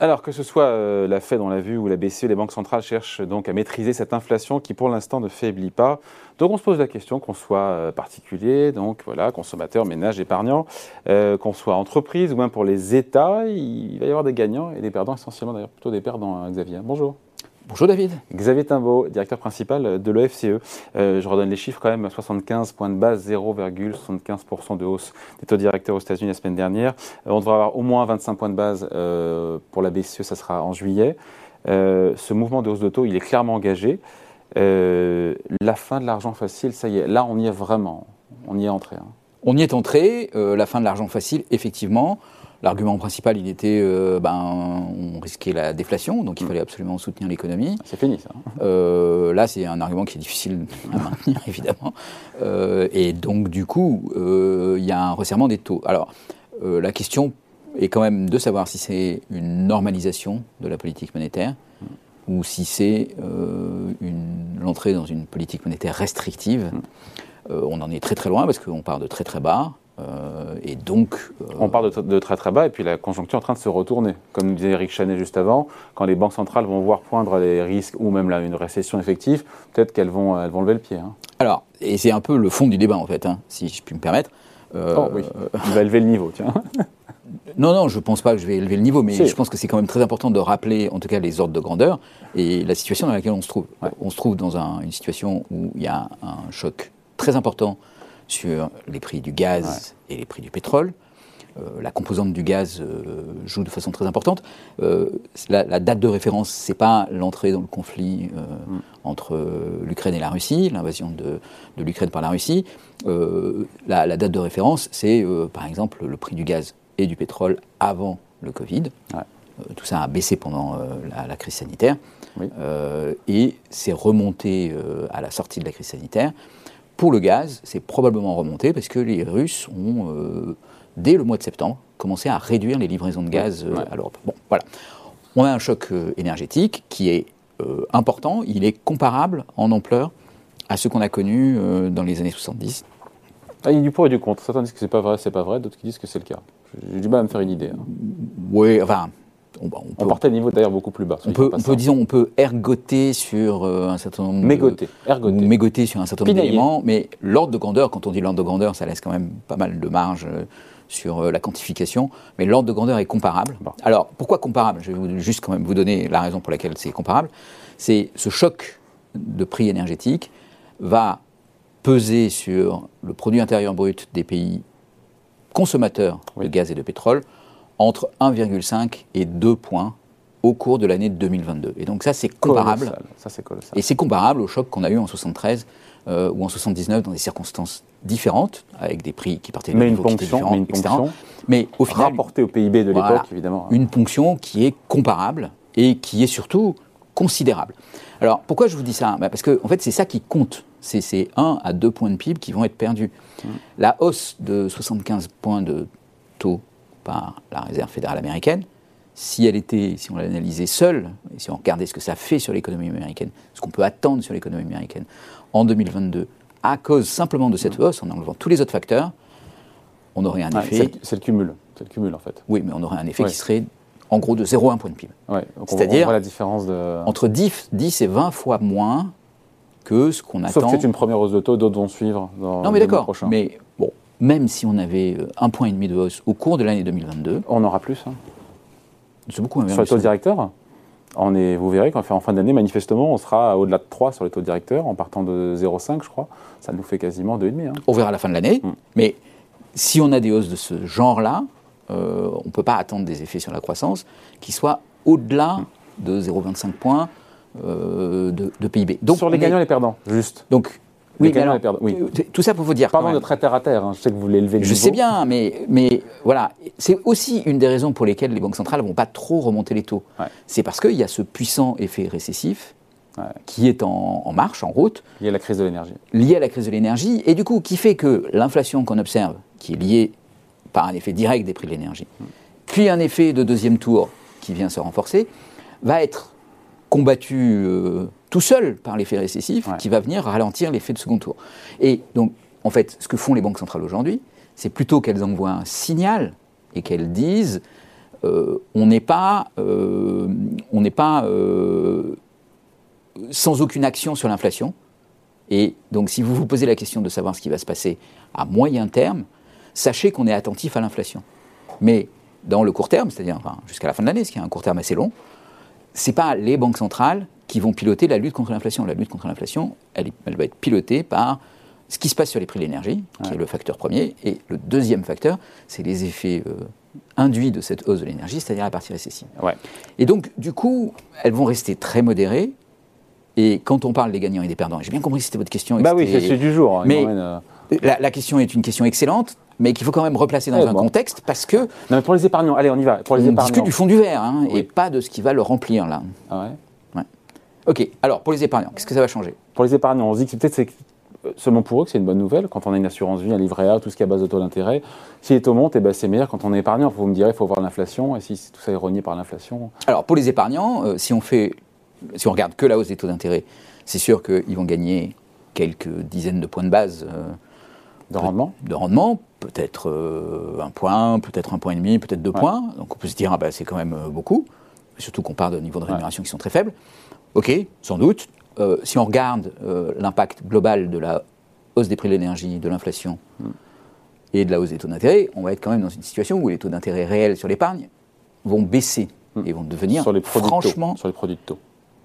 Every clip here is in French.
Alors que ce soit la Fed, on l'a vu, ou la BCE, les banques centrales cherchent donc à maîtriser cette inflation qui pour l'instant ne faiblit pas. Donc on se pose la question qu'on soit particulier, donc voilà, consommateur, ménage, épargnant, qu'on soit entreprise ou même pour les États, il va y avoir des gagnants et des perdants, essentiellement d'ailleurs plutôt des perdants, hein, Xavier. Bonjour. Bonjour David. Xavier Timbaud, directeur principal de l'OFCE. Je redonne les chiffres quand même, 75 points de base, 0,75% de hausse des taux directeurs aux États-Unis la semaine dernière. On devrait avoir au moins 25 points de base pour la BCE, ça sera en juillet. Ce mouvement de hausse de taux, il est clairement engagé. La fin de l'argent facile, ça y est, là on y est vraiment, on y est entré. Hein. On y est entré, la fin de l'argent facile, effectivement. L'argument principal, il était, on risquait la déflation, donc il fallait absolument soutenir l'économie. C'est fini, ça. Là, c'est un argument qui est difficile à maintenir, évidemment. Et donc, du coup, il y a un resserrement des taux. Alors, la question est quand même de savoir si c'est une normalisation de la politique monétaire ou si c'est l'entrée dans une politique monétaire restrictive. On en est très très loin parce qu'on part de très très bas. Et donc, on part de très très bas et puis la conjoncture est en train de se retourner. Comme nous disait Eric Chanet juste avant, quand les banques centrales vont voir poindre les risques ou même une récession effective, peut-être qu'elles vont lever le pied. Hein. Alors, et c'est un peu le fond du débat en fait, hein, si je puis me permettre. Oui, il va élever le niveau, tiens. Non, je ne pense pas que je vais élever le niveau, mais je pense que c'est quand même très important de rappeler en tout cas les ordres de grandeur et la situation dans laquelle on se trouve. Ouais. On se trouve dans une situation où il y a un choc très important sur les prix du gaz et les prix du pétrole. La composante du gaz joue de façon très importante. La date de référence, ce n'est pas l'entrée dans le conflit entre l'Ukraine et la Russie, l'invasion de l'Ukraine par la Russie. La date de référence, c'est par exemple le prix du gaz et du pétrole avant le Covid. Ouais. Tout ça a baissé pendant la crise sanitaire. Oui. Et c'est remonté à la sortie de la crise sanitaire. Pour le gaz, c'est probablement remonté parce que les Russes ont, dès le mois de septembre, commencé à réduire les livraisons de gaz à l'Europe. Bon, voilà. On a un choc énergétique qui est important. Il est comparable en ampleur à ce qu'on a connu dans les années 70. Il y a du pour et du contre. Certains disent que c'est pas vrai, d'autres qui disent que c'est le cas. J'ai du mal à me faire une idée. Hein. Oui, enfin... On partait à un niveau d'ailleurs beaucoup plus bas. On peut ergoter sur un certain nombre mégoter sur un certain nombre d'éléments, mais l'ordre de grandeur, quand on dit l'ordre de grandeur, ça laisse quand même pas mal de marge sur la quantification, mais l'ordre de grandeur est comparable. Bon. Alors, pourquoi comparable ? Je vais juste quand même vous donner la raison pour laquelle c'est comparable. C'est ce choc de prix énergétique va peser sur le produit intérieur brut des pays consommateurs de gaz et de pétrole entre 1,5 et 2 points au cours de l'année 2022. Et donc ça, c'est comparable. Colossal. Ça, c'est colossal. Et c'est comparable au choc qu'on a eu en 73 ou en 79 dans des circonstances différentes, avec des prix qui partaient de niveaux qui étaient différents, etc. Mais au final, rapporté au PIB de l'époque, évidemment. Une ponction qui est comparable et qui est surtout considérable. Alors, pourquoi je vous dis ça ? Parce que, en fait, c'est ça qui compte. C'est 1 à 2 points de PIB qui vont être perdus. La hausse de 75 points de taux par la Réserve fédérale américaine, si on l'analysait seule, et si on regardait ce que ça fait sur l'économie américaine, ce qu'on peut attendre sur l'économie américaine en 2022, à cause simplement de cette hausse, en enlevant tous les autres facteurs, on aurait un effet... C'est le cumul. C'est le cumul, en fait. Oui, mais on aurait un effet qui serait, en gros, de 0,1 point de PIB. Ouais, c'est-à-dire, on voit la différence entre 10 et 20 fois moins que ce qu'on attend... Sauf que c'est une première hausse de taux, d'autres vont suivre dans le mois prochain. Mais bon... Même si on avait 1,5 point de hausse au cours de l'année 2022... On aura plus. Hein. C'est beaucoup. Sur les taux directeurs, vous verrez qu'en fin d'année, manifestement, on sera au-delà de 3 sur les taux directeurs, en partant de 0,5, je crois. Ça nous fait quasiment 2,5. Hein. On verra à la fin de l'année. Mais si on a des hausses de ce genre-là, on ne peut pas attendre des effets sur la croissance qui soient au-delà de 0,25 points de PIB. Donc, sur les gagnants et les perdants, juste. Donc, oui, alors, tout ça pour vous dire... Pardon de très terre à terre, hein. Je sais que vous voulez élever le niveau. Je sais bien, mais voilà. C'est aussi une des raisons pour lesquelles les banques centrales ne vont pas trop remonter les taux. Ouais. C'est parce qu'il y a ce puissant effet récessif qui est en marche, en route. Lié à la crise de l'énergie. Lié à la crise de l'énergie, et du coup, qui fait que l'inflation qu'on observe, qui est liée par un effet direct des prix de l'énergie, puis un effet de deuxième tour qui vient se renforcer, va être combattu... tout seul par l'effet récessif qui va venir ralentir l'effet de second tour. Et donc, en fait, ce que font les banques centrales aujourd'hui, c'est plutôt qu'elles envoient un signal et qu'elles disent on n'est pas sans aucune action sur l'inflation. Et donc, si vous vous posez la question de savoir ce qui va se passer à moyen terme, sachez qu'on est attentif à l'inflation. Mais dans le court terme, c'est-à-dire jusqu'à la fin de l'année, ce qui est un court terme assez long, ce n'est pas les banques centrales qui vont piloter la lutte contre l'inflation. La lutte contre l'inflation, elle va être pilotée par ce qui se passe sur les prix de l'énergie, qui est le facteur premier. Et le deuxième facteur, c'est les effets induits de cette hausse de l'énergie, c'est-à-dire la partie récessive. Ouais. Et donc, du coup, elles vont rester très modérées. Et quand on parle des gagnants et des perdants, j'ai bien compris que c'était votre question. Oui, c'est celui du jour. Mais la question est une question excellente, mais qu'il faut quand même replacer dans un contexte, parce que... Non, mais pour les épargnants, allez, on y va. Pour les épargnants. Discute du fond du verre, et pas de ce qui va le remplir, là. Ah ouais. Ok, alors, pour les épargnants, qu'est-ce que ça va changer ? Pour les épargnants, on se dit que c'est seulement pour eux que c'est une bonne nouvelle. Quand on a une assurance vie, un livret A, tout ce qui est à base de taux d'intérêt, si les taux montent, c'est meilleur. Quand on est épargnant, vous me direz, il faut voir l'inflation, et si tout ça est rogné par l'inflation... Alors, pour les épargnants, si on regarde que la hausse des taux d'intérêt, c'est sûr qu'ils vont gagner quelques dizaines de points de base de rendement, peut-être 1 point, peut-être 1,5 point, peut-être 2 points. Donc on peut se dire, c'est quand même beaucoup, surtout qu'on part de niveaux de rémunération qui sont très faibles. Ok, sans doute. Si on regarde l'impact global de la hausse des prix de l'énergie, de l'inflation et de la hausse des taux d'intérêt, on va être quand même dans une situation où les taux d'intérêt réels sur l'épargne vont baisser et vont devenir sur les produits franchement... Sur les produits de taux.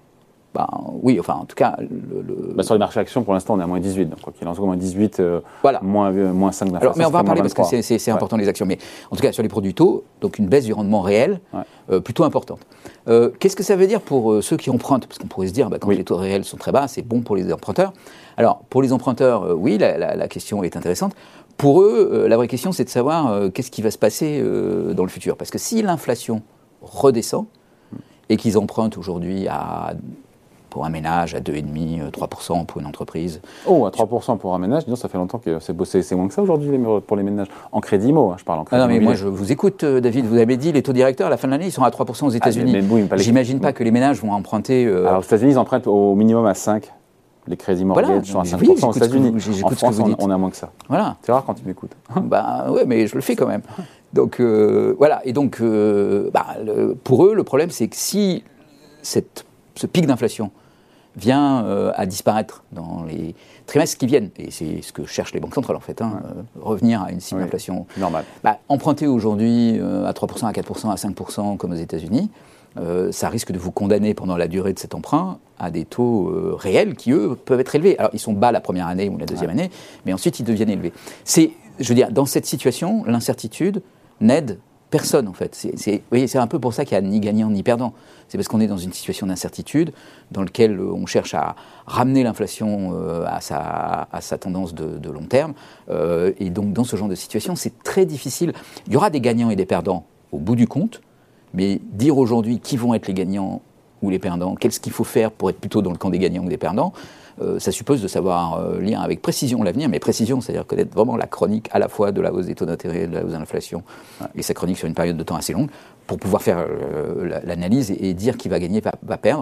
Oui, enfin, en tout cas... sur les marchés actions, pour l'instant, on est à moins 18. Donc, quoi qu'il en soit, moins 18, moins 5 d'inflation. Alors, mais on va en parler parce que c'est important, les actions. Mais en tout cas, sur les produits taux, donc une baisse du rendement réel plutôt importante. Qu'est-ce que ça veut dire pour ceux qui empruntent ? Parce qu'on pourrait se dire, quand les taux réels sont très bas, c'est bon pour les emprunteurs. Alors, pour les emprunteurs, oui, la question est intéressante. Pour eux, la vraie question, c'est de savoir qu'est-ce qui va se passer dans le futur. Parce que si l'inflation redescend et qu'ils empruntent aujourd'hui pour un ménage, à 2,5%, 3% pour une entreprise. Oh, à 3% pour un ménage, disons, ça fait longtemps que c'est moins que ça aujourd'hui pour les ménages. En crédit IMO, je parle en crédit immobilier. Mais moi, je vous écoute, David. Vous avez dit les taux directeurs, à la fin de l'année, ils sont à 3% aux États-Unis. J'imagine pas que les ménages vont emprunter... Alors, aux États-unis, ils empruntent au minimum à 5%. Les crédits mortgage sont à 5% aux États-Unis. En France, on a moins que ça. Voilà. C'est rare quand tu m'écoutes. Oui, mais je le fais quand même. Donc, voilà. Et donc, pour eux, le problème, c'est que si ce pic d'inflation vient à disparaître dans les trimestres qui viennent, et c'est ce que cherchent les banques centrales en fait, revenir à une cible d'inflation normale. Emprunter aujourd'hui à 3%, à 4%, à 5% comme aux États-Unis, ça risque de vous condamner pendant la durée de cet emprunt à des taux réels qui, eux, peuvent être élevés. Alors, ils sont bas la première année ou la deuxième année, mais ensuite, ils deviennent élevés. Je veux dire, dans cette situation, l'incertitude n'aide personne, en fait. Vous voyez, c'est un peu pour ça qu'il n'y a ni gagnant ni perdant. C'est parce qu'on est dans une situation d'incertitude dans laquelle on cherche à ramener l'inflation à sa tendance de long terme. Et donc, dans ce genre de situation, c'est très difficile. Il y aura des gagnants et des perdants au bout du compte, mais dire aujourd'hui qui vont être les gagnants ou les perdants, qu'est-ce qu'il faut faire pour être plutôt dans le camp des gagnants ou des perdants, ça suppose de savoir lire avec précision l'avenir, mais précision, c'est-à-dire connaître vraiment la chronique à la fois de la hausse des taux d'intérêt, de la hausse de l'inflation, et sa chronique sur une période de temps assez longue, pour pouvoir faire l'analyse et dire qui va gagner, va perdre.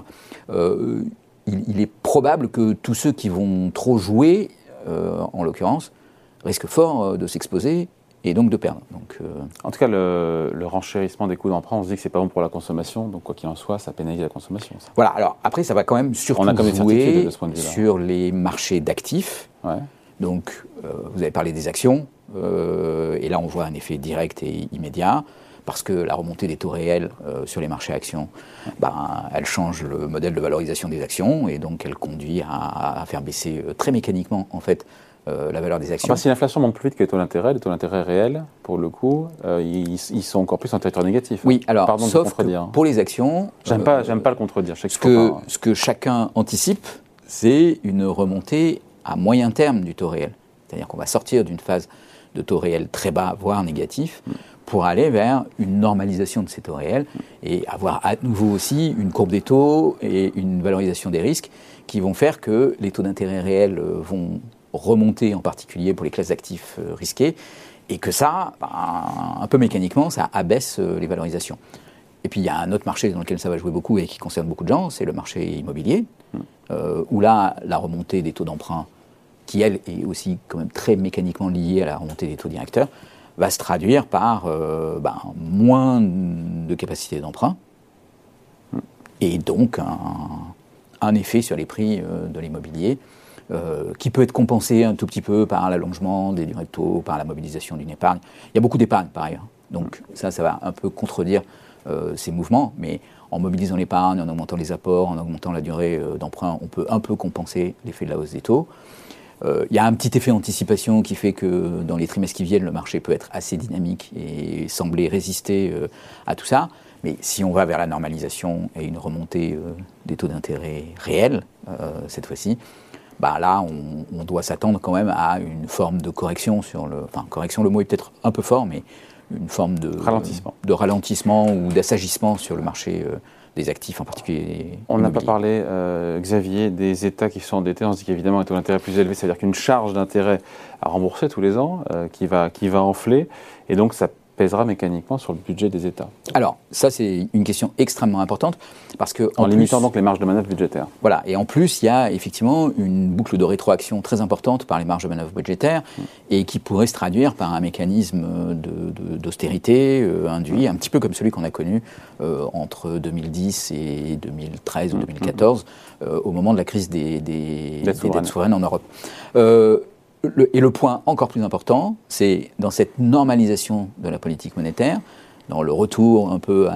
Il est probable que tous ceux qui vont trop jouer, en l'occurrence, risquent fort de s'exposer et donc de perdre. Donc, En tout cas, le renchérissement des coûts d'emprunt, on se dit que c'est pas bon pour la consommation, donc quoi qu'il en soit, ça pénalise la consommation. Ça. Voilà, alors après, ça va quand même surtout jouer sur les marchés d'actifs. Ouais. Donc, vous avez parlé des actions, et là on voit un effet direct et immédiat, parce que la remontée des taux réels sur les marchés actions, elle change le modèle de valorisation des actions, et donc elle conduit à faire baisser très mécaniquement, en fait, la valeur des actions. Si l'inflation monte plus vite que les taux d'intérêt réels, pour le coup, ils sont encore plus en territoire négatif. Oui, alors, pardon sauf que pour les actions... J'aime pas le contredire. Ce que chacun anticipe, c'est une remontée à moyen terme du taux réel. C'est-à-dire qu'on va sortir d'une phase de taux réel très bas, voire négatif, pour aller vers une normalisation de ces taux réels et avoir à nouveau aussi une courbe des taux et une valorisation des risques qui vont faire que les taux d'intérêt réels vont remonter, en particulier pour les classes d'actifs risquées, et que ça, un peu mécaniquement, ça abaisse les valorisations. Et puis il y a un autre marché dans lequel ça va jouer beaucoup et qui concerne beaucoup de gens, c'est le marché immobilier, où là, la remontée des taux d'emprunt, qui elle est aussi quand même très mécaniquement liée à la remontée des taux directeurs, va se traduire par moins de capacité d'emprunt et donc un effet sur les prix de l'immobilier qui peut être compensé un tout petit peu par l'allongement des durées de taux, par la mobilisation d'une épargne. Il y a beaucoup d'épargne par ailleurs, donc ça va un peu contredire ces mouvements, mais en mobilisant l'épargne, en augmentant les apports, en augmentant la durée d'emprunt, on peut un peu compenser l'effet de la hausse des taux. Il y a un petit effet anticipation qui fait que dans les trimestres qui viennent, le marché peut être assez dynamique et sembler résister à tout ça. Mais si on va vers la normalisation et une remontée des taux d'intérêt réels, cette fois-ci, là, on doit s'attendre quand même à une forme de correction correction, le mot est peut-être un peu fort, mais une forme de ralentissement ou d'assagissement sur le marché des actifs, en particulier. On n'a pas parlé, Xavier, des États qui sont endettés. On se dit qu'évidemment, un taux d'intérêt plus élevé, c'est-à-dire qu'une charge d'intérêt à rembourser tous les ans qui va enfler, et donc ça pèsera mécaniquement sur le budget des États. Alors, ça, c'est une question extrêmement importante, parce que en limitant donc les marges de manœuvre budgétaires. Voilà, et en plus, il y a effectivement une boucle de rétroaction très importante par les marges de manœuvre budgétaires, et qui pourrait se traduire par un mécanisme d'austérité induit, un petit peu comme celui qu'on a connu entre 2010 et 2013 ou 2014, au moment de la crise des dettes souveraines en Europe. Et le point encore plus important, c'est dans cette normalisation de la politique monétaire, dans le retour un peu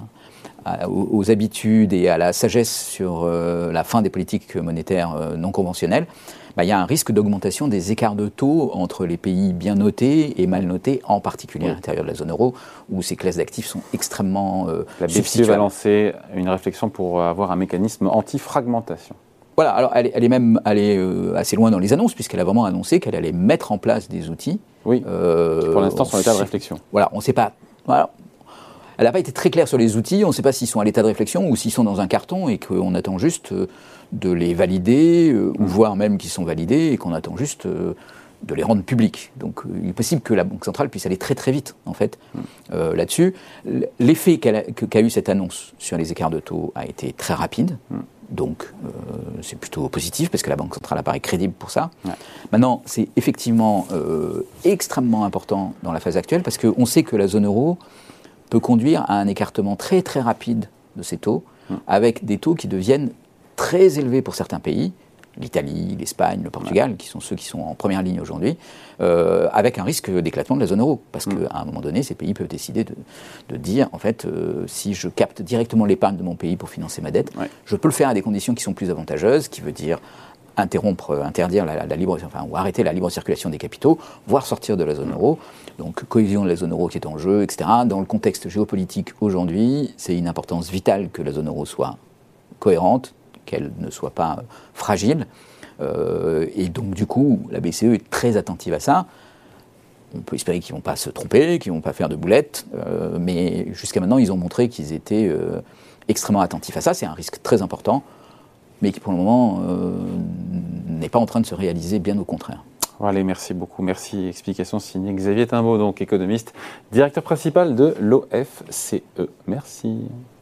aux habitudes et à la sagesse sur la fin des politiques monétaires non conventionnelles, il y a un risque d'augmentation des écarts de taux entre les pays bien notés et mal notés, en particulier à l'intérieur de la zone euro, où ces classes d'actifs sont extrêmement La BCE va lancer une réflexion pour avoir un mécanisme anti-fragmentation. Voilà, alors elle est même allée assez loin dans les annonces, puisqu'elle a vraiment annoncé qu'elle allait mettre en place des outils. Oui, qui pour l'instant sont à l'état de réflexion. Voilà, on ne sait pas. Voilà. Elle n'a pas été très claire sur les outils, on ne sait pas s'ils sont à l'état de réflexion ou s'ils sont dans un carton et qu'on attend juste de les valider, ou voire même qu'ils sont validés et qu'on attend juste de les rendre publics. Donc il est possible que la Banque centrale puisse aller très très vite, en fait, là-dessus. L'effet qu'a eu cette annonce sur les écarts de taux a été très rapide. Donc, c'est plutôt positif parce que la Banque centrale apparaît crédible pour ça. Ouais. Maintenant, c'est effectivement extrêmement important dans la phase actuelle parce qu'on sait que la zone euro peut conduire à un écartement très très rapide de ces taux, avec des taux qui deviennent très élevés pour certains pays, l'Italie, l'Espagne, le Portugal, qui sont ceux qui sont en première ligne aujourd'hui, avec un risque d'éclatement de la zone euro. Parce qu'à un moment donné, ces pays peuvent décider de dire, en fait, si je capte directement l'épargne de mon pays pour financer ma dette, je peux le faire à des conditions qui sont plus avantageuses, qui veut dire interdire la libre, ou arrêter la libre circulation des capitaux, voire sortir de la zone euro. Donc, cohésion de la zone euro qui est en jeu, etc. Dans le contexte géopolitique aujourd'hui, c'est une importance vitale que la zone euro soit cohérente, qu'elle ne soit pas fragile. Et donc, du coup, la BCE est très attentive à ça. On peut espérer qu'ils ne vont pas se tromper, qu'ils ne vont pas faire de boulettes, mais jusqu'à maintenant, ils ont montré qu'ils étaient extrêmement attentifs à ça. C'est un risque très important, mais qui, pour le moment, n'est pas en train de se réaliser, bien au contraire. Allez, merci beaucoup. Merci. Explication signée Xavier Timbaud, donc économiste, directeur principal de l'OFCE. Merci.